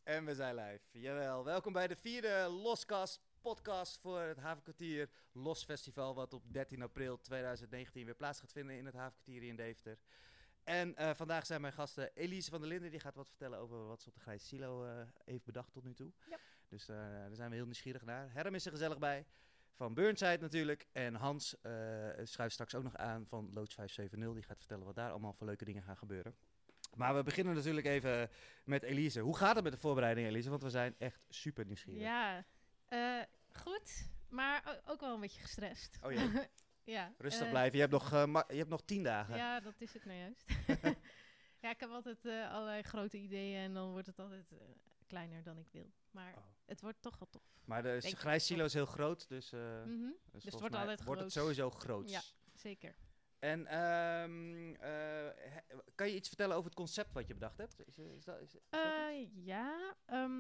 En we zijn live. Jawel, welkom bij de 4e Loskast podcast voor het Havenkwartier Los Festival, wat op 13 april 2019 weer plaats gaat vinden in het Havenkwartier in Deventer. En vandaag zijn mijn gasten Elise van der Linden, die gaat wat vertellen over wat ze op de Grijze Silo heeft bedacht tot nu toe. Ja. Dus daar zijn we heel nieuwsgierig naar. Herm is er gezellig bij, van Burnside natuurlijk. En Hans schuift straks ook nog aan van Loods 570, die gaat vertellen wat daar allemaal voor leuke dingen gaan gebeuren. Maar we beginnen natuurlijk even met Elise. Hoe gaat het met de voorbereiding, Elise? Want we zijn echt super nieuwsgierig. Ja, goed, maar ook wel een beetje gestrest. Oh jee. Ja, Rustig blijven. Je hebt nog 10 dagen. Ja, dat is het nou juist. Ja, ik heb altijd allerlei grote ideeën en dan wordt het altijd kleiner dan ik wil. Maar het wordt toch wel tof. Maar de Grijze Silo is heel groot, dus, dus het wordt altijd wordt het sowieso groot. Ja, zeker. En kan je iets vertellen over het concept wat je bedacht hebt? Is dat ja,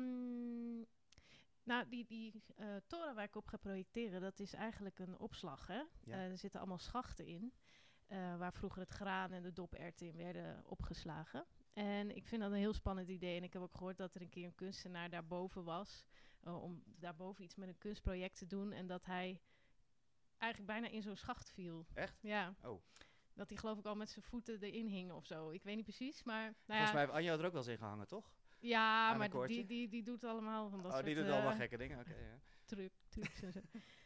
nou, die toren waar ik op ga projecteren, dat is eigenlijk een opslag. Hè? Ja. Er zitten allemaal schachten in, waar vroeger het graan en de doperwten in werden opgeslagen. En ik vind dat een heel spannend idee. En ik heb ook gehoord dat er een keer een kunstenaar daarboven was, om daarboven iets met een kunstproject te doen. En dat hij eigenlijk bijna in zo'n schacht viel. Echt? Ja. Oh. Dat hij geloof ik al met zijn voeten erin hing of zo. Ik weet niet precies, maar... Nou Volgens mij heeft Anja er ook wel eens in gehangen, toch? Ja, Aan maar die doet allemaal van dat soort... die doet allemaal gekke dingen, oké. Ja. Trucs en zo.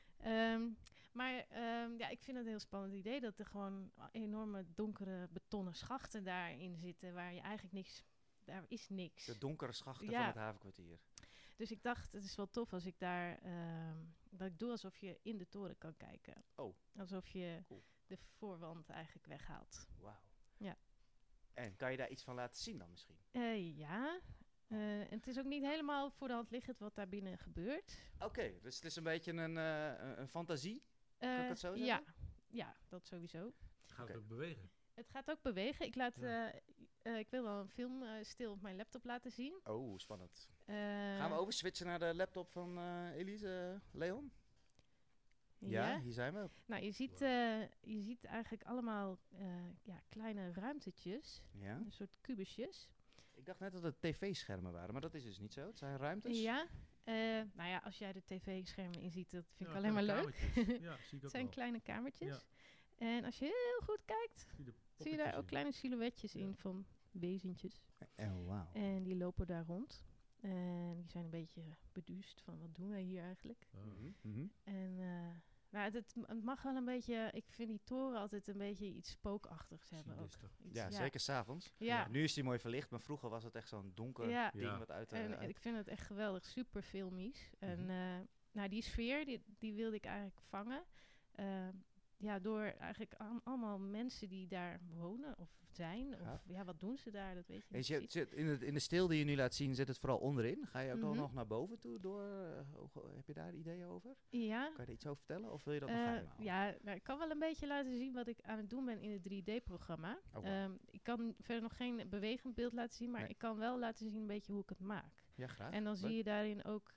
Ja, ik vind het een heel spannend idee dat er gewoon enorme donkere betonnen schachten daarin zitten, waar je eigenlijk niks... Daar is niks. De donkere schachten van het Havenkwartier. Dus ik dacht, het is wel tof als ik daar... dat ik doe alsof je in de toren kan kijken. Oh. Alsof je de voorwand eigenlijk weghaalt. Wauw. Ja. En kan je daar iets van laten zien dan misschien? Ja. En het is ook niet helemaal voor de hand liggend wat daar binnen gebeurt. Oké, dus het is een beetje een fantasie? Kan ik het zo zeggen? Ja, dat sowieso. Gaat het ook bewegen? Het gaat ook bewegen. Ik wil wel een film stil op mijn laptop laten zien. Oh, spannend. Gaan we overswitchen naar de laptop van Elise, Leon? Ja, hier zijn we. Nou, je ziet eigenlijk allemaal kleine ruimtetjes. Ja. Een soort kubusjes. Ik dacht net dat het tv-schermen waren, maar dat is dus niet zo. Het zijn ruimtes. Ja. Nou ja, als jij de tv-schermen inziet, dat vind ik alleen maar leuk. Ja, zie ik ook het zijn kleine kamertjes. Ja. En als je heel goed kijkt, zie je daar ook kleine silhouetjes in van wezentjes. Oh, wauw. En die lopen daar rond. En die zijn een beetje beduust van wat doen wij hier eigenlijk. En het mag wel een beetje... Ik vind die toren altijd een beetje iets spookachtigs hebben ook. Zeker 's avonds. Ja. Nu is die mooi verlicht, maar vroeger was het echt zo'n donker ding wat uit... En ik vind het echt geweldig, super filmisch. En die sfeer, die wilde ik eigenlijk vangen. Door eigenlijk allemaal mensen die daar wonen of zijn. Of wat doen ze daar, dat weet je niet. In de stijl die je nu laat zien, zit het vooral onderin. Ga je ook dan nog naar boven toe door? Heb je daar ideeën over? Ja. Kan je er iets over vertellen of wil je dat nog geheim houden? Ja, ik kan wel een beetje laten zien wat ik aan het doen ben in het 3D-programma. Oh, wow. Ik kan verder nog geen bewegend beeld laten zien, maar ik kan wel laten zien een beetje hoe ik het maak. Ja, graag. En dan zie je daarin ook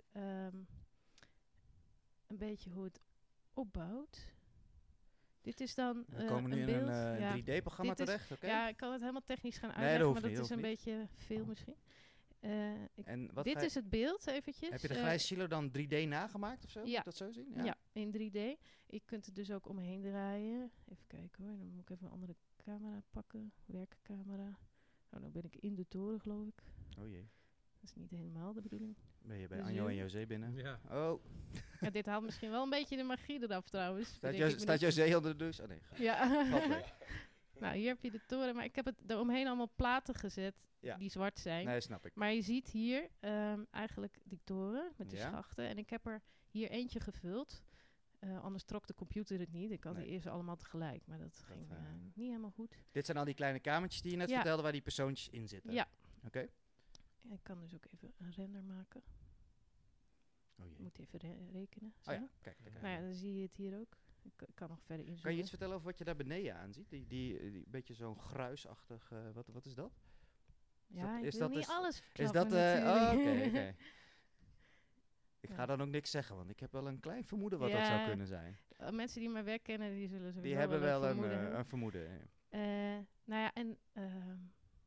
een beetje hoe het opbouwt. Dit is dan we komen nu een in beeld. een 3D-programma terecht, oké? Ja, ik kan het helemaal technisch gaan uitleggen, maar dat is een niet. beetje veel misschien. Dit is het beeld, eventjes. Heb je de Grijze Silo dan 3D nagemaakt of zo? Ja. Moet ik dat zo zien? Ja, in 3D. Je kunt het dus ook omheen draaien. Even kijken hoor, dan moet ik even een andere camera pakken. Werkcamera. Oh, dan ben ik in de toren, geloof ik. Oh jee. Dat is niet helemaal de bedoeling. Ben je bij Anjo en José binnen? Ja. Oh. Ja, dit haalt misschien wel een beetje de magie eraf trouwens. Staat José onder de douche? Oh nee. Ja. Grappig. Nou, hier heb je de toren. Maar ik heb het eromheen allemaal platen gezet die zwart zijn. Nee, snap ik. Maar je ziet hier eigenlijk die toren met de schachten. En ik heb er hier eentje gevuld. Anders trok de computer het niet. Ik had die eerst allemaal tegelijk. Maar dat ging niet helemaal goed. Dit zijn al die kleine kamertjes die je net vertelde waar die persoontjes in zitten? Ja. Oké. Ja, ik kan dus ook even een render maken. Oh jee. Ik moet even rekenen. Zo. Oh ja, kijk. Nou ja, dan zie je het hier ook. Ik kan nog verder inzoomen. Kan je iets vertellen over wat je daar beneden aan ziet? Die beetje zo'n gruisachtig... Wat is dat? Ja, ik wil niet alles Is verklappen. dat... Oké. Ik ga dan ook niks zeggen, want ik heb wel een klein vermoeden wat dat zou kunnen zijn. Mensen die mijn werk kennen, die zullen sowieso Die hebben wel een een vermoeden. Nou ja, en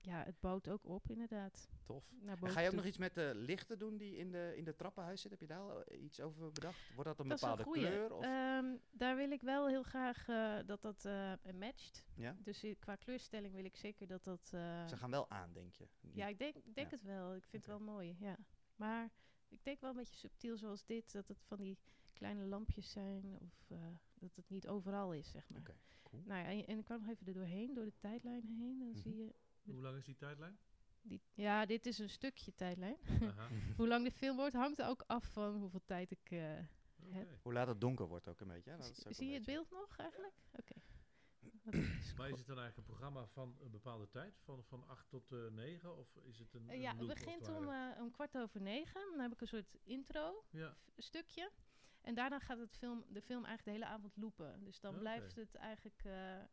het bouwt ook op, inderdaad. Tof. Naar En boven ga je ook toe. nog iets met de lichten doen die in de trappenhuis zitten? Heb je daar al iets over bedacht? Wordt dat een Dat is een bepaalde goeie. kleur? Of? Daar wil ik wel heel graag dat matcht. Ja? Dus qua kleurstelling wil ik zeker dat dat... Ze gaan wel aan, denk je? ja, ik denk Ja. het wel. Ik vind Oké. het wel mooi, ja. Maar ik denk wel een beetje subtiel zoals dit. Dat het van die kleine lampjes zijn. Of dat het niet overal is, zeg maar. Oké, cool. Nou ja, en ik kwam nog even er doorheen, door de tijdlijn heen. Dan Mhm. zie je... Hoe lang is die tijdlijn? Ja, dit is een stukje tijdlijn. Aha. Hoe lang de film wordt, hangt er ook af van hoeveel tijd ik... Oké. Hoe laat het donker wordt ook een beetje. Hè? Dat is ook zie een je het beetje- beeld nog eigenlijk? Oké. Maar is het dan eigenlijk een programma van een bepaalde tijd? Van 8 tot 9? Of is het een Ja, een het loop, begint als het ware? om 9:15. Dan heb ik een soort intro Ja, stukje. En daarna gaat de film eigenlijk de hele avond loopen. Dus dan Oké. blijft het eigenlijk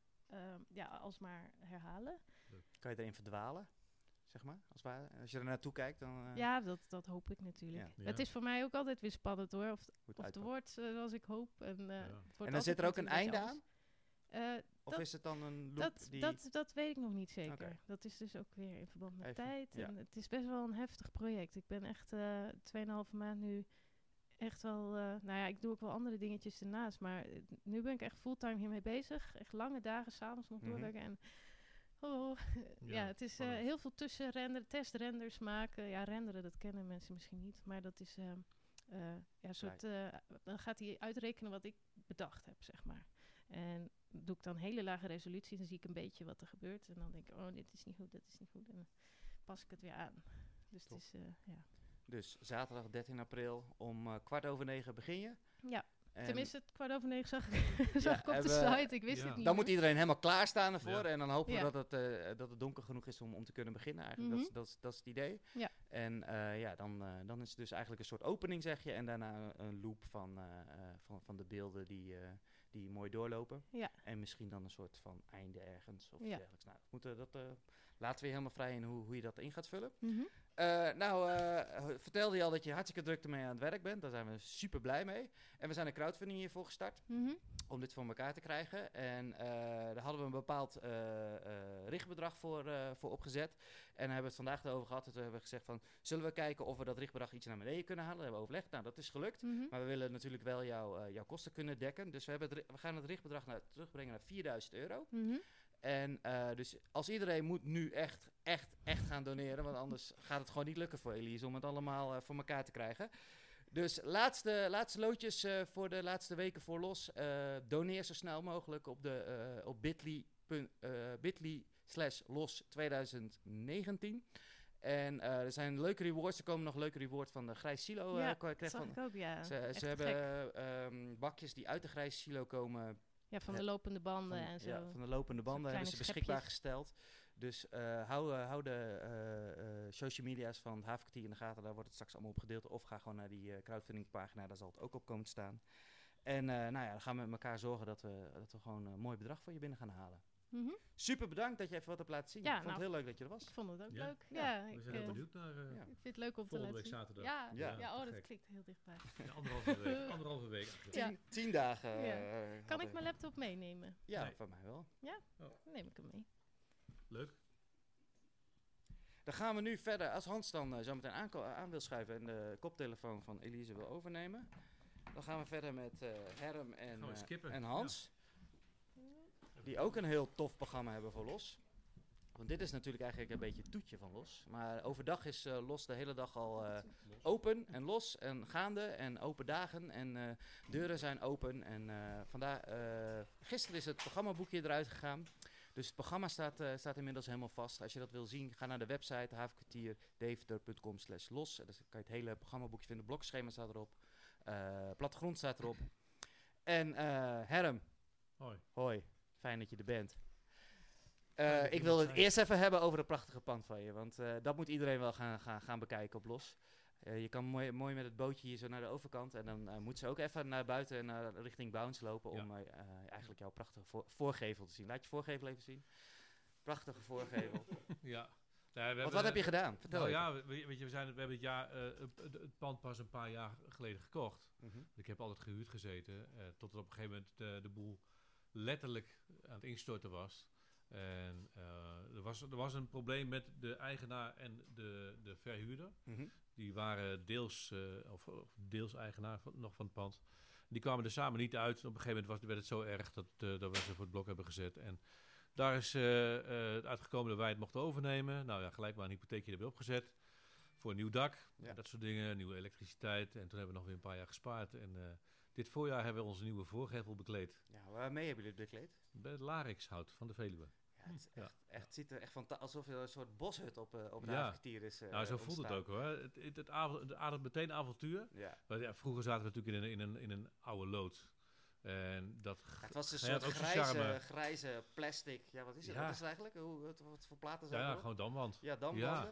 alsmaar herhalen. Kan je erin verdwalen? Zeg maar, als je er naartoe kijkt, dan Ja, dat hoop ik natuurlijk. Ja. Het Ja. is voor mij ook altijd weer spannend hoor. Of hoe het het uitpakt. wordt zoals ik hoop. En, het wordt En dan altijd zit er ook een natuurlijk einde beetje aan? anders. Of dat- is het dan een loop die... Dat weet ik nog niet zeker. Oké. Dat is dus ook weer in verband met Even, tijd. ja. En het is best wel een heftig project. Ik ben echt 2,5 maand nu echt wel... ik doe ook wel andere dingetjes ernaast. Maar nu ben ik echt fulltime hiermee bezig. Echt lange dagen, s'avonds nog Mhm. doorwerken. En ja, het is spannend. heel veel tussenrenderen, testrenders maken. Ja, renderen, dat kennen mensen misschien niet. Maar dat is een soort... dan gaat hij uitrekenen wat ik bedacht heb, zeg maar. En doe ik dan hele lage resolutie, dan zie ik een beetje wat er gebeurt. En dan denk ik, oh, dit is niet goed, dat is niet goed. En dan pas ik het weer aan. Dus Top. het is, ja. Dus zaterdag 13 april om 8:15 begin je. Ja, En tenminste, 8:15 zag ik op en de we- site. Ik wist Ja. het niet dan meer. moet iedereen helemaal klaarstaan ervoor. Ja. En dan hopen we Ja. dat het donker genoeg is om te kunnen beginnen. Eigenlijk. Mhm. Dat is het idee. Ja. En dan is het dus eigenlijk een soort opening, zeg je. En daarna een loop van de beelden die mooi doorlopen. Ja. En misschien dan een soort van einde ergens. Of Ja. dergelijks. Nou, laten we je helemaal vrij in hoe je dat in gaat vullen. Mhm. Vertelde je al dat je hartstikke druk ermee aan het werk bent. Daar zijn we super blij mee. En we zijn een crowdfunding hiervoor gestart Mhm. om dit voor elkaar te krijgen. En daar hadden we een bepaald richtbedrag voor opgezet. En daar hebben we het vandaag over gehad. Dus we hebben gezegd van, zullen we kijken of we dat richtbedrag iets naar beneden kunnen halen? Dat hebben we overlegd. Nou, dat is gelukt. Mhm. Maar we willen natuurlijk wel jouw kosten kunnen dekken. Dus we gaan het richtbedrag terugbrengen naar €4.000. Mhm. En dus als iedereen moet nu echt gaan doneren. Want anders gaat het gewoon niet lukken voor Elise om het allemaal voor elkaar te krijgen. Dus laatste loodjes voor de laatste weken voor Los. Doneer zo snel mogelijk op bit.ly/los 2019. En er zijn leuke rewards. Er komen nog leuke rewards van de Grijs Silo. Ja, krijg dat zag van, ik ook, ja. ze Echt hebben gek. bakjes die uit de Grijs Silo komen. Ja, van Ja, de lopende banden en zo. Van de lopende banden hebben kleine ze beschikbaar schepjes. gesteld. Dus hou de social media's van het Havenkwartier in de gaten. Daar wordt het straks allemaal op gedeeld. Of ga gewoon naar die crowdfundingpagina. Daar zal het ook op komen te staan. En dan gaan we met elkaar zorgen dat we gewoon een mooi bedrag voor je binnen gaan halen. Mhm. Super bedankt dat je even wat hebt laten zien. Ja, Ik vond het heel leuk dat je er was. Ik vond het ook Ja? leuk. Ja, Ja, We ik, zijn heel eh, benieuwd naar Ja. ik vind het leuk om te volgende laten week zien. zaterdag. Ja, Ja. ja. te Dat gek. klinkt heel dichtbij. Ja, anderhalve week. Anderhalve week. Ja. 10 dagen. Ja. Kan hadden- ik mijn laptop meenemen? Ja, Nee. van mij wel. Dan neem ik hem mee. Leuk. Dan gaan we nu verder. Als Hans dan zo meteen aan wil schuiven en de koptelefoon van Elise wil overnemen. Dan gaan we verder met Herm Gaan we skippen. en Hans. Die ook een heel tof programma hebben voor Los. Want dit is natuurlijk eigenlijk een beetje het toetje van Los. Maar overdag is Los de hele dag al open en los en gaande en open dagen. En deuren zijn open. En gisteren is het programmaboekje eruit gegaan. Dus het programma staat inmiddels helemaal vast. Als je dat wil zien, ga naar de website havenkwartier.deventer.com/los. Dan kan je het hele programmaboekje vinden. Blokschema staat erop. Plattegrond staat erop. En Herm, Hoi. hoi. Fijn dat je er bent. dat Ik je wil er het bent. eerst even hebben over het prachtige pand van je. Want dat moet iedereen wel gaan bekijken op Los. Je kan mooi met het bootje hier zo naar de overkant. En dan moeten ze ook even naar buiten en richting Bounce lopen. Ja. Om eigenlijk jouw prachtige voorgevel te zien. Laat je voorgevel even zien. Prachtige voorgevel. Ja. Nou, we Wat heb je gedaan? Vertel Nou even. ja, weet je, we hebben het pand pas een paar jaar geleden gekocht. Mhm. Ik heb altijd gehuurd gezeten. Tot er op een gegeven moment de boel letterlijk aan het instorten was. En er was een probleem met de eigenaar en de verhuurder. Die waren deels eigenaar nog van het pand. Die kwamen er samen niet uit. Op een gegeven moment werd het zo erg dat we ze voor het blok hebben gezet. En daar is uitgekomen dat wij het mochten overnemen. Nou ja, gelijk maar een hypotheekje erbij opgezet. Voor een nieuw dak, dat soort dingen, nieuwe elektriciteit. En toen hebben we nog weer een paar jaar gespaard. En dit voorjaar hebben we onze nieuwe voorgevel bekleed. Ja, waarmee hebben jullie het bekleed? Bij het Larixhout van de Veluwe. Ja, het is echt ziet er echt alsof er een soort boshut op het havenkwartier is nou, zo voelt het ook hoor. Het ademt meteen avontuur. Ja. Maar ja, vroeger zaten we natuurlijk in een oude lood. En het was een soort grijze plastic. Ja, wat is het? Wat is het eigenlijk? Wat voor platen zijn Ja, gewoon damwand. Ja, damwanden.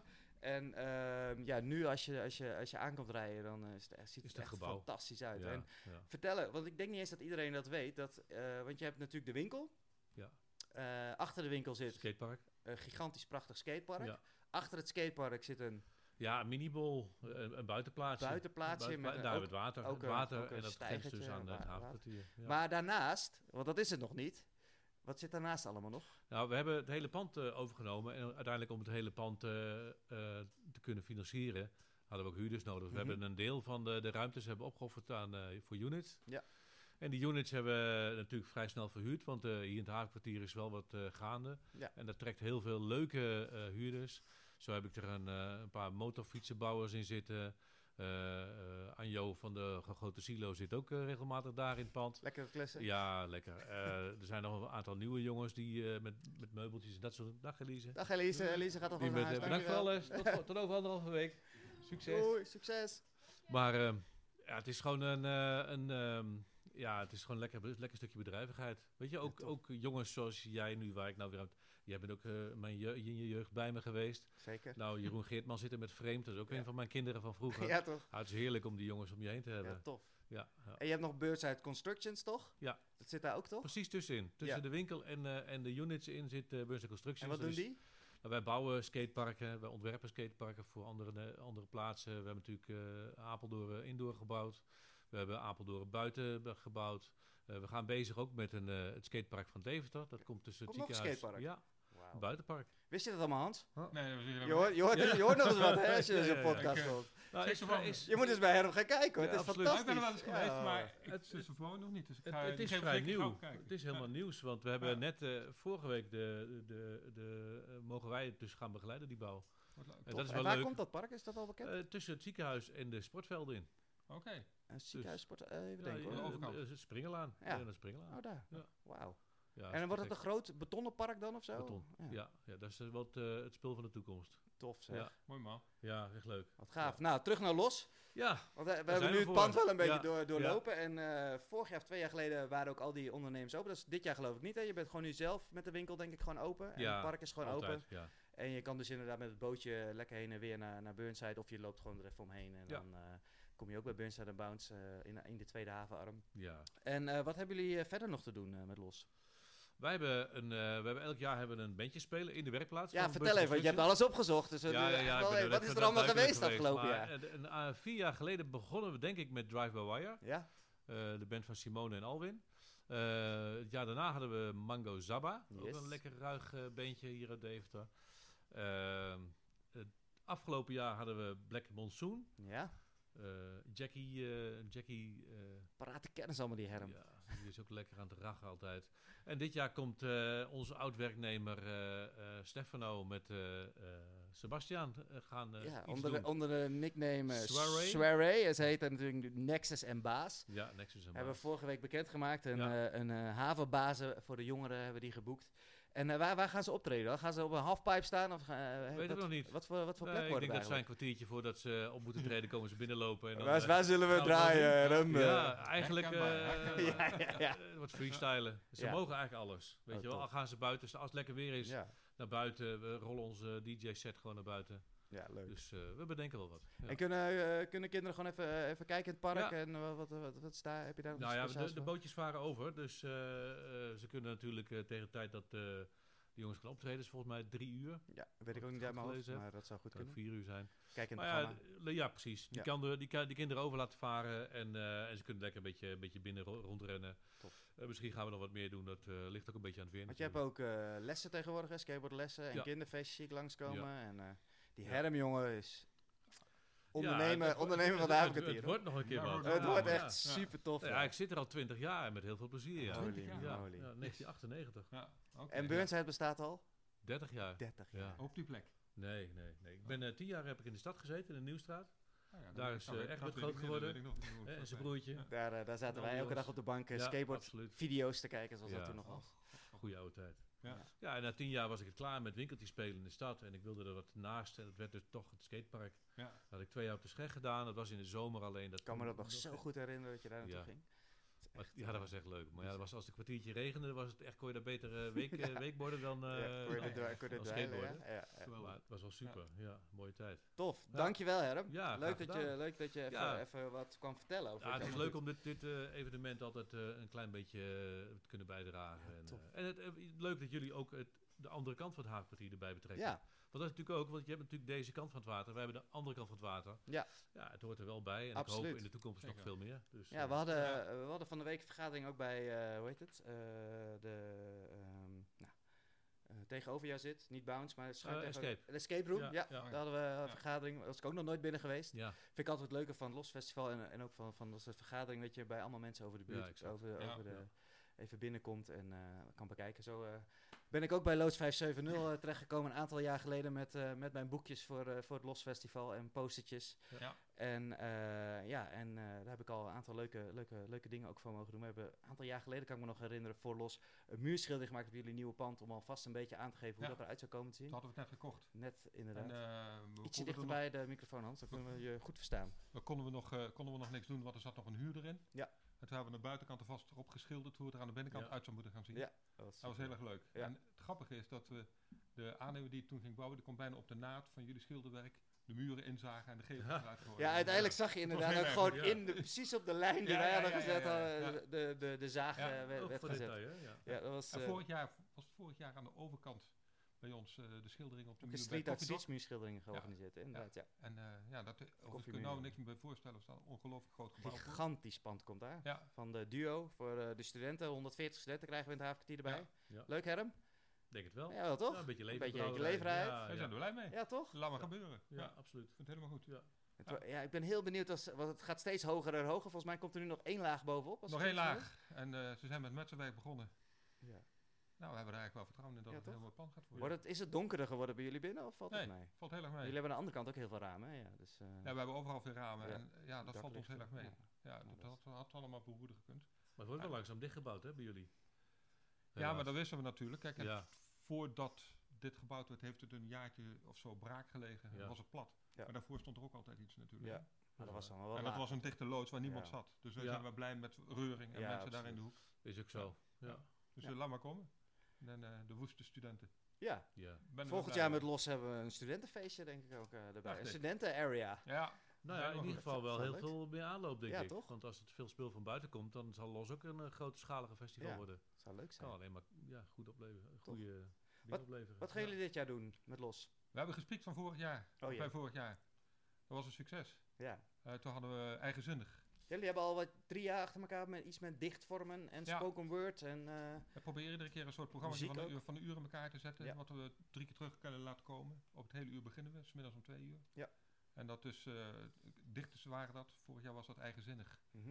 En nu als je aankomt rijden, dan ziet het echt fantastisch uit. Ja, en vertellen, want ik denk niet eens dat iedereen dat weet. Want je hebt natuurlijk de winkel. Ja. Achter de winkel zit skatepark. Een gigantisch prachtig skatepark. Ja. Achter het skatepark zit een minibol, een buitenplaatsje. Daar hebben we het water en dat grenst dus aan het havenkwartier. Ja. Maar daarnaast, want dat is het nog niet. Wat zit daarnaast allemaal nog? Nou, we hebben het hele pand overgenomen. En uiteindelijk om het hele pand te kunnen financieren, hadden we ook huurders nodig. We hebben een deel van de ruimtes hebben opgeofferd voor units. Ja. En die units hebben we natuurlijk vrij snel verhuurd. Want hier in het havenkwartier is wel wat gaande. Ja. En dat trekt heel veel leuke huurders. Zo heb ik er een paar motorfietsenbouwers in zitten. Anjo van de Grote Silo zit ook regelmatig daar in het pand. Lekker klussen? Ja, lekker. Er zijn nog een aantal nieuwe jongens die met meubeltjes en dat soort... Dag Elise. Dag Elise. Elise gaat alvast naar huis. Bedankt voor alles. Tot over anderhalve week. Succes. Doei, succes. Maar het is gewoon het is gewoon een lekker stukje bedrijvigheid. Weet je, ook jongens zoals jij nu, waar ik nou weer aan... Jij bent ook in je jeugd bij me geweest. Zeker. Nou, Jeroen Geertman zit er met Vreemd. Dat is ook een van mijn kinderen van vroeger. Ja, toch? Het is heerlijk om die jongens om je heen te hebben. Ja, tof. Ja. En je hebt nog Birdside Constructions, toch? Ja. Dat zit daar ook, toch? Precies tussenin. Tussen de winkel en de units in zit Birdside Constructions. En wat doen die? Nou, wij bouwen skateparken. Wij ontwerpen skateparken voor andere plaatsen. We hebben natuurlijk Apeldoorn indoor gebouwd. We hebben Apeldoorn buiten gebouwd. We gaan bezig ook met het skatepark van Deventer. Dat komt tussen het ziekenhuis. Nog een skatepark? Ja. Een buitenpark. Wist je dat allemaal, Hans? Huh? Nee, je hoort nog eens wat, hè, als je zo'n podcast komt. Je moet eens bij Herm gaan kijken, hoor. Het is fantastisch. Ik ben er wel eens geweest, maar het is gewoon nog niet. Dus het is vrij nieuw. Het is helemaal nieuws, want we hebben net vorige week mogen wij het dus gaan begeleiden, die bouw. En dat is wel waar leuk. Komt dat park? Is dat al bekend? Tussen het ziekenhuis en de sportvelden in. Oké. Een ziekenhuissport, even denken hoor. De overkant. Springelaan. Ja. Springelaan. Oh, daar. Ja. Wauw. Ja, en dan wordt het een groot betonnen park dan of zo? Beton. Ja, dat is wat het spul van de toekomst. Tof zeg. Ja. Mooi man. Ja, echt leuk. Wat gaaf. Nou, terug naar Los. Ja. Want we hebben nu het pand wel een beetje doorlopen. Ja. En vorig jaar of 2 jaar geleden waren ook al die ondernemers open. Dat is dit jaar geloof ik niet. Hè? Je bent gewoon nu zelf met de winkel denk ik gewoon open. En het park is gewoon altijd, open. Ja. En je kan dus inderdaad met het bootje lekker heen en weer naar Burnside. Of je loopt gewoon er even omheen. En dan kom je ook bij Burnside Bounce in de tweede havenarm. Ja. En wat hebben jullie verder nog te doen met Los? We hebben elk jaar een bandje spelen in de werkplaats. Ja, vertel even, want je hebt alles opgezocht. Dus wat is er allemaal geweest afgelopen jaar? 4 jaar geleden begonnen we denk ik met Drive by Wire. Ja. De band van Simone en Alwin. Het jaar daarna hadden we Mango Zabba. Yes. Ook een lekker ruig bandje hier uit Deventer. Het afgelopen jaar hadden we Black Monsoon. Ja. Jackie parate kennis allemaal die Herm. Ja, die is ook lekker aan het rachen altijd. En dit jaar komt onze oud-werknemer Stefano met Sebastian gaan onder de nickname Soiree. Soiree. Ze heet natuurlijk Nexus en Baas. Ja, Nexus en Baas. Hebben we vorige week bekendgemaakt. Een havenbazen voor de jongeren hebben die geboekt. En waar gaan ze optreden? Gaan ze op een halfpipe staan? Of, weet ik nog niet. Wat voor plek worden ik denk dat zij een kwartiertje voordat ze op moeten treden komen ze binnenlopen. En dan, waar zullen we draaien? Ja, eigenlijk wat freestylen. Ze mogen eigenlijk alles. Weet je wel, al gaan ze buiten, als het lekker weer is, naar buiten. We rollen onze DJ-set gewoon naar buiten. Ja, leuk. Dus we bedenken wel wat. Ja. En kunnen kinderen gewoon even kijken in het park? Ja. En wat heb je daar nog de bootjes varen over. Dus ze kunnen natuurlijk tegen de tijd dat De jongens gaan optreden, is volgens mij 3 uur. Ja, weet ik Wat ook niet ik uit mijn hoofd, gelezen heb. maar dat zou goed Kan ook kunnen. 4 uur zijn. Kijk in het Maar programma. ja, precies. Die Ja. kan die kinderen over laten varen en ze kunnen lekker een beetje binnen rondrennen. Tof. Misschien gaan we nog wat meer doen. Dat ligt ook een beetje aan het weer. Want je hebt ook lessen tegenwoordig, hè? Skateboardlessen en Ja. kinderfeestjes zie ik langskomen. Ja. En die Ja. Herm, jongen, is Ja, ondernemer van de het havenkwartier. wordt nog een keer wat. Het Ja, wordt ja. echt super tof. Ja, ik zit er al 20 jaar met heel veel plezier. Ja. 20 Holy jaar. moly. 1998. Ja, oké. En Burnside bestaat al 30 jaar. 30 Ja. jaar. Op die plek. Nee. Ik ben 10 jaar heb ik in de stad gezeten, in de Nieuwstraat. Nou ja, Daar dat- is, dat weet- Egbert dat weet groot ik niet, geworden. dat weet ik nog niet hoe het En was, zijn nee. broertje. Ja. Daar zaten Al wij die elke dag jongens. op de bank Ja, skateboard absoluut. video's te kijken, zoals Ja. dat toen nog was. Goeie oude tijd. Ja. Ja, en na 10 jaar was ik het klaar met winkeltjes spelen in de stad. En ik wilde er wat naast. En dat werd dus toch het skatepark. Ja. Dat had ik 2 jaar op de Scheg gedaan. Dat was in de zomer alleen. Ik kan me dat nog zo goed herinneren dat je daar naartoe Ja. ging. Ja, dat was echt leuk. Maar ja, dat was, als het een kwartiertje regende, was het echt, kon je daar beter weekborden dan kon je er dweilen, dan ja. skateboarden. Ja. Maar het was wel super. Ja, mooie tijd. Tof, Ja. dankjewel Herm. Ja, leuk, graag dat leuk dat je even, Ja. even wat kwam vertellen over Ja, wat het je is leuk allemaal om dit evenement altijd een klein beetje te kunnen bijdragen. Ja, En, tof. en leuk dat jullie ook de andere kant van het haakpartier erbij doet. betrekken. Ja, Want dat is natuurlijk ook, want je hebt natuurlijk deze kant van het water. Wij hebben de andere kant van het water. Ja. Ja, het hoort er wel bij. En ik Absoluut. hoop in de toekomst nog Zeker. veel meer. Dus, ja we hadden van de week een vergadering ook bij, hoe heet het? Tegenover jou zit, niet Bounce, maar schuin tegenover- Escape. de escape room. Ja, Ja, ja. daar hadden we een vergadering. Daar was ik ook nog nooit binnen geweest. Ja, Vind ik altijd het leuke van het Los Festival en ook van dat soort vergadering, dat je bij allemaal mensen over de buurt, Ja, exact. over Ja, de, ja. even binnenkomt en kan bekijken. Zo ben ik ook bij Loods 570 terechtgekomen een aantal jaar geleden met mijn boekjes voor het Los Festival en postertjes. Ja. En daar heb ik al een aantal leuke dingen ook voor mogen doen. We hebben een aantal jaar geleden, kan ik me nog herinneren, voor Los een muurschildering gemaakt op jullie nieuwe pand om alvast een beetje aan te geven hoe Ja. dat eruit zou komen te zien. Dat hadden we net gekocht. Net inderdaad. En, Ietsje we konden er dichterbij de microfoon, Hans, dan kunnen we je goed verstaan. konden we nog niks doen, want er zat nog een huur erin. Ja. En toen hebben we aan de buitenkant alvast erop geschilderd hoe het er aan de binnenkant Ja. uit zou moeten gaan zien. Ja. Dat was heel erg leuk. Ja. En het grappige is dat we de aannemer die het toen ging bouwen, die kon bijna op de naad van jullie schilderwerk de muren inzagen en de gevels Ja. eruit gooien. Ja, uiteindelijk zag je Het was inderdaad ook heel gewoon erg goed, ja. precies op de lijn die Ja, wij ja, hadden ja, gezet, ja, ja. hadden de zaag Ja. werd ook voor gezet. detail, hè? Ja. Ja, dat was En vorig jaar aan de overkant bij ons de schildering op de ook een muur. street bij art Coffee Dog. schilderingen georganiseerd, hè, inderdaad. Ja. En dat ik kun Koffiemuur. je nou niks meer bij voorstellen. Er staat een ongelooflijk groot gebouw voor. Gigantisch pand komt daar. Ja, Van de duo voor de studenten. 140 studenten krijgen we in het havenkwartier erbij. Ja. Ja. Leuk, Herm? Denk het wel. Ja, wel toch? Ja, een beetje Een leven. beetje leverheid. Ja, wij ja. zijn er blij mee. Ja, toch? Laat maar gebeuren. Ja, Ja, absoluut. ik vind het helemaal goed. Ja. Ja, ik ben heel benieuwd, want het gaat steeds hoger en hoger. Volgens mij komt er nu nog 1 laag bovenop. als Nog ik één het goed laag. En ze zijn met metselwerk begonnen. heb. Ja. Nou, we hebben er eigenlijk wel vertrouwen in dat Ja, het een toch? heel mooi pand gaat worden. Is het donkerder geworden bij jullie binnen of valt het Nee. mee? Valt heel erg mee. Jullie hebben aan de andere kant ook heel veel ramen, hè? Ja, dus, Ja, we hebben overal veel ramen. Ja. En ja, dat valt ons heel erg mee. Ja. Ja, dat had allemaal behoeden gekund. Maar het wordt wel langzaam dichtgebouwd, hè, bij jullie. Ja, maar dat wisten we natuurlijk. Kijk, Ja. voordat dit gebouwd werd, heeft het een jaartje of zo braak gelegen. Ja. En was het plat. Ja. Maar daarvoor stond er ook altijd iets natuurlijk. Ja. hè. Maar dat was dan wel wat En dat laag. was een dichte loods waar niemand Ja. zat. Dus we Ja. zijn wel blij met reuring en Ja, mensen daar absoluut. in de hoek. Is ook zo. Ja. Dus Ja. laat maar komen. En de woeste studenten. Ja, Ja. Ben er wel volgend blij jaar mee. met Los hebben we een studentenfeestje denk ik ook erbij. Een Dacht ik. studenten-area. Ja, Nou ja, in Helemaal ieder goed. geval wel Dat is heel wel veel meer aanloop, denk Ja, ik. toch? Want als het veel speel van buiten komt, dan zal Los ook een grootschalige festival Ja. worden. Zou leuk zijn. Kan alleen maar goed opleveren. Toch? Goede dingen opleveren. Wat gaan jullie dit jaar doen met Los? we hebben gespiekt van vorig jaar. Oh, ja. Bij vorig jaar. Dat was een succes. Ja. Toen hadden we eigenzinnig. Jullie hebben al 3 jaar achter elkaar met iets met dichtvormen en Ja. spoken word en... We proberen iedere keer een soort programma Muziek van een uur in elkaar te zetten. Ja. Wat we 3 keer terug kunnen laten komen. Op het hele uur beginnen we, 's middags om 2 uur. Ja. En dat is, dichters waren dat. Vorig jaar was dat eigenzinnig. Mhm.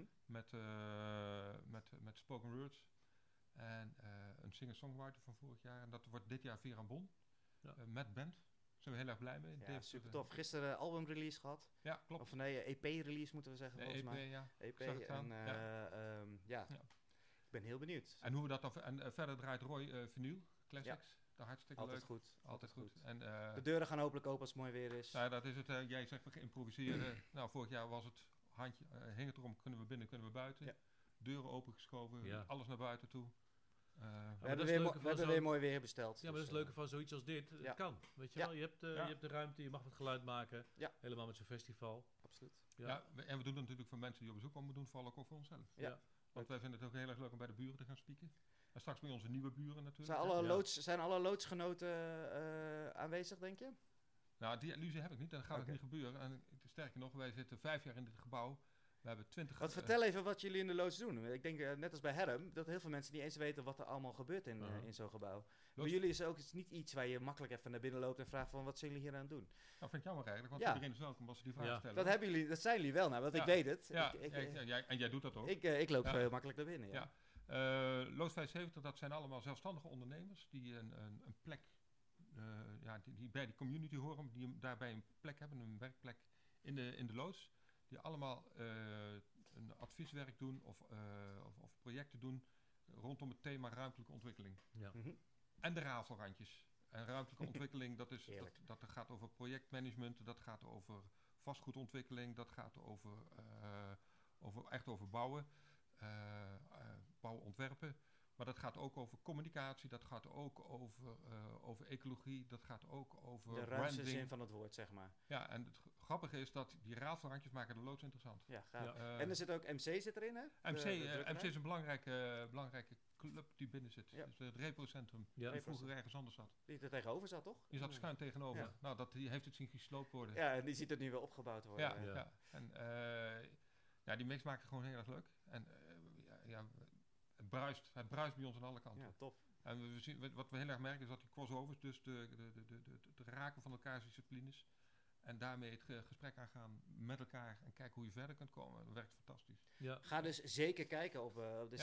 Met spoken words. En een singer-songwriter van vorig jaar. En dat wordt dit jaar Veran Bon. Ja. Met band. Daar zijn we heel erg blij mee. Ja, Dave- super tof. Gisteren albumrelease gehad. Ja, klopt. Of nee, EP-release moeten we zeggen De volgens EP, mij. ja. EP. zag het En aan. ja, Ja. ik ben heel benieuwd. En hoe we dat dan... En verder draait Roy vinyl, classics. Daar hartstikke Altijd leuk. goed. Altijd goed. En, De deuren gaan hopelijk open als het mooi weer is. nou, dat is het. Jij zegt we gaan improviseren. Nou, vorig jaar was het hing het erom, kunnen we binnen, kunnen we buiten. Ja. Deuren opengeschoven, Ja. alles naar buiten toe. we dat hebben, is weer, leuk van we hebben zo'n- weer mooi weer besteld. Ja, maar dat is het leuke van zoiets als dit. Ja. Het kan, weet je Ja. wel. Je hebt de ruimte, je mag wat geluid maken. Ja. Helemaal met zo'n festival. Absoluut. Ja. Ja, en we doen het natuurlijk voor mensen die op bezoek komen, we doen het vooral ook voor onszelf. Ja. Want wij vinden het ook heel erg leuk om bij de buren te gaan spieken. En straks bij onze nieuwe buren natuurlijk. Zijn alle loodsgenoten aanwezig, denk je? Nou, die illusie heb ik niet. Dat gaat ook niet gebeuren. En sterker nog, wij zitten 5 jaar in dit gebouw. We hebben 20... Vertel even wat jullie in de loods doen. Ik denk, net als bij Herm, dat heel veel mensen niet eens weten wat er allemaal gebeurt in zo'n gebouw. Bij jullie is het ook niet iets waar je makkelijk even naar binnen loopt en vraagt van, wat zijn jullie hier aan het doen? Nou, vind ik jammer eigenlijk, want iedereen is welkom als ze die vraag stellen. Dat zijn jullie wel, nou, want ik weet het. Ja, en jij doet dat ook. Ik loop heel makkelijk naar binnen, ja. Loods 75, dat zijn allemaal zelfstandige ondernemers die een plek, die bij die community horen, die daarbij een plek hebben, een werkplek in de loods. Die allemaal een advieswerk doen of projecten doen rondom het thema ruimtelijke ontwikkeling. Ja. En de rafelrandjes. En ruimtelijke ontwikkeling, dat gaat over projectmanagement, dat gaat over vastgoedontwikkeling, dat gaat over bouwen, bouwontwerpen. Maar dat gaat ook over communicatie, dat gaat ook over ecologie, dat gaat ook over de ruimste zin van het woord, zeg maar. Ja, en het grappige is dat die rafelrandjes maken de loods interessant. Ja, gaaf. En er zit ook MC zit erin, hè? MC is een belangrijke club die binnen zit. Ja. Dus het Repro-centrum, die vroeger ergens anders zat. Die er tegenover zat, toch? Die zat schuin tegenover. Ja. Nou, die heeft het zien gesloopt worden. Ja, en die ziet het nu weer opgebouwd worden. Ja. En die mix maakt het gewoon heel erg leuk. En het bruist bij ons aan alle kanten. Ja, top. En wat we heel erg merken is dat die crossovers, dus het raken van elkaars disciplines en daarmee het gesprek aangaan met elkaar en kijken hoe je verder kunt komen, dat werkt fantastisch. Ja. Ga dus zeker kijken op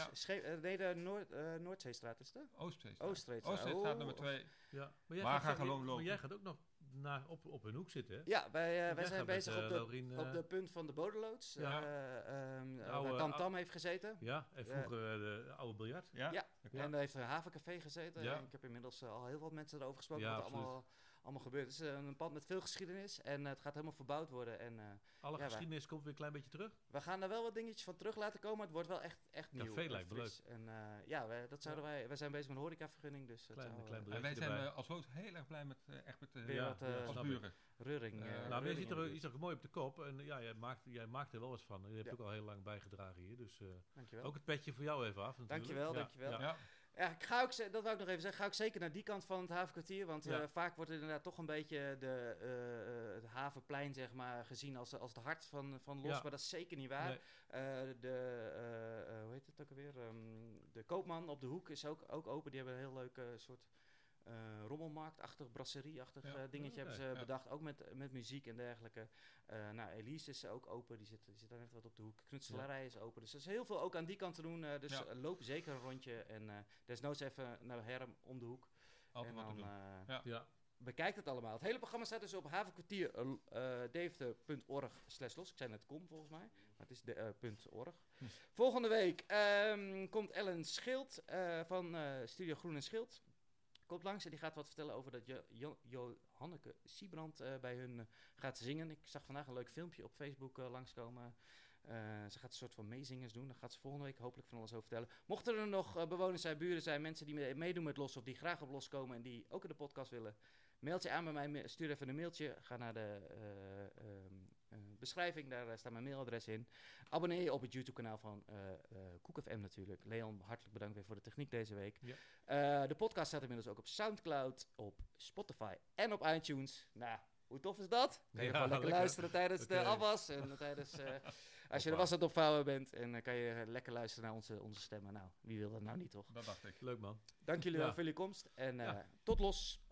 de Noordzeestraat is het? Oostzeestraat nummer 2. Ja. Maar jij gaat ook nog op hun hoek zitten, hè? Ja, wij zijn bezig op de punt van de Bodeloods. Waar Tam heeft gezeten. Ja, en vroeger de oude biljart. Ja. En daar heeft een havencafé gezeten. Ja. Ik heb inmiddels al heel veel mensen erover gesproken. Ja, wat allemaal gebeurt. Het is een pand met veel geschiedenis en het gaat helemaal verbouwd worden. En, alle geschiedenis komt weer een klein beetje terug? We gaan er wel wat dingetjes van terug laten komen. Het wordt wel echt nieuw. Café lijkt me leuk. En wij zijn bezig met een horecavergunning. Dus en wij zijn als Loods heel erg blij met als buren. Reuring. Je ziet er mooi op de kop. En jij maakt er wel wat van. Je hebt ook al heel lang bijgedragen hier. Dus ook het petje voor jou even af natuurlijk. Dankjewel. Ja, dat wou ik nog even zeggen. Ga ik zeker naar die kant van het havenkwartier. Want vaak wordt het inderdaad toch een beetje het havenplein, zeg maar, gezien als het hart van Los. Ja. Maar dat is zeker niet waar. Nee. Hoe heet het ook alweer? De Koopman op de hoek is ook open. Die hebben een heel leuk soort rommelmarktachtig, brasserieachtig dingetje hebben ze bedacht. Ook met muziek en dergelijke. Elise is ook open. Die zit daar net wat op de hoek. Knutselarij is open. Dus er is heel veel ook aan die kant te doen. Loop zeker een rondje. En desnoods even naar Herm om de hoek. Altijd wat te doen. Bekijk het allemaal. Het hele programma staat dus op havenkwartier.deventer.org/los. Ik zei net kom volgens mij. Maar het is .org. Volgende week komt Ellen Schild van Studio Groen en Schild. Komt langs en die gaat wat vertellen over dat Johanneke Siebrand bij hun gaat zingen. Ik zag vandaag een leuk filmpje op Facebook langskomen. Ze gaat een soort van meezingers doen. Daar gaat ze volgende week hopelijk van alles over vertellen. Mochten er nog bewoners zijn, buren zijn, mensen die meedoen met Los of die graag op Los komen en die ook in de podcast willen, mailt je aan bij mij. Stuur even een mailtje. Ga naar de beschrijving. Daar staat mijn mailadres in. Abonneer je op het YouTube-kanaal van Koek FM natuurlijk. Leon, hartelijk bedankt weer voor de techniek deze week. Ja. De podcast staat inmiddels ook op Soundcloud, op Spotify en op iTunes. Nou, hoe tof is dat? Kan je gewoon lekker luisteren tijdens de afwas. En tijdens, als je de was aan het opvouwen bent. En dan kan je lekker luisteren naar onze stemmen. Nou, wie wil dat nou niet, toch? Dat dacht ik. Leuk, man. Dank jullie wel voor jullie komst. En tot los.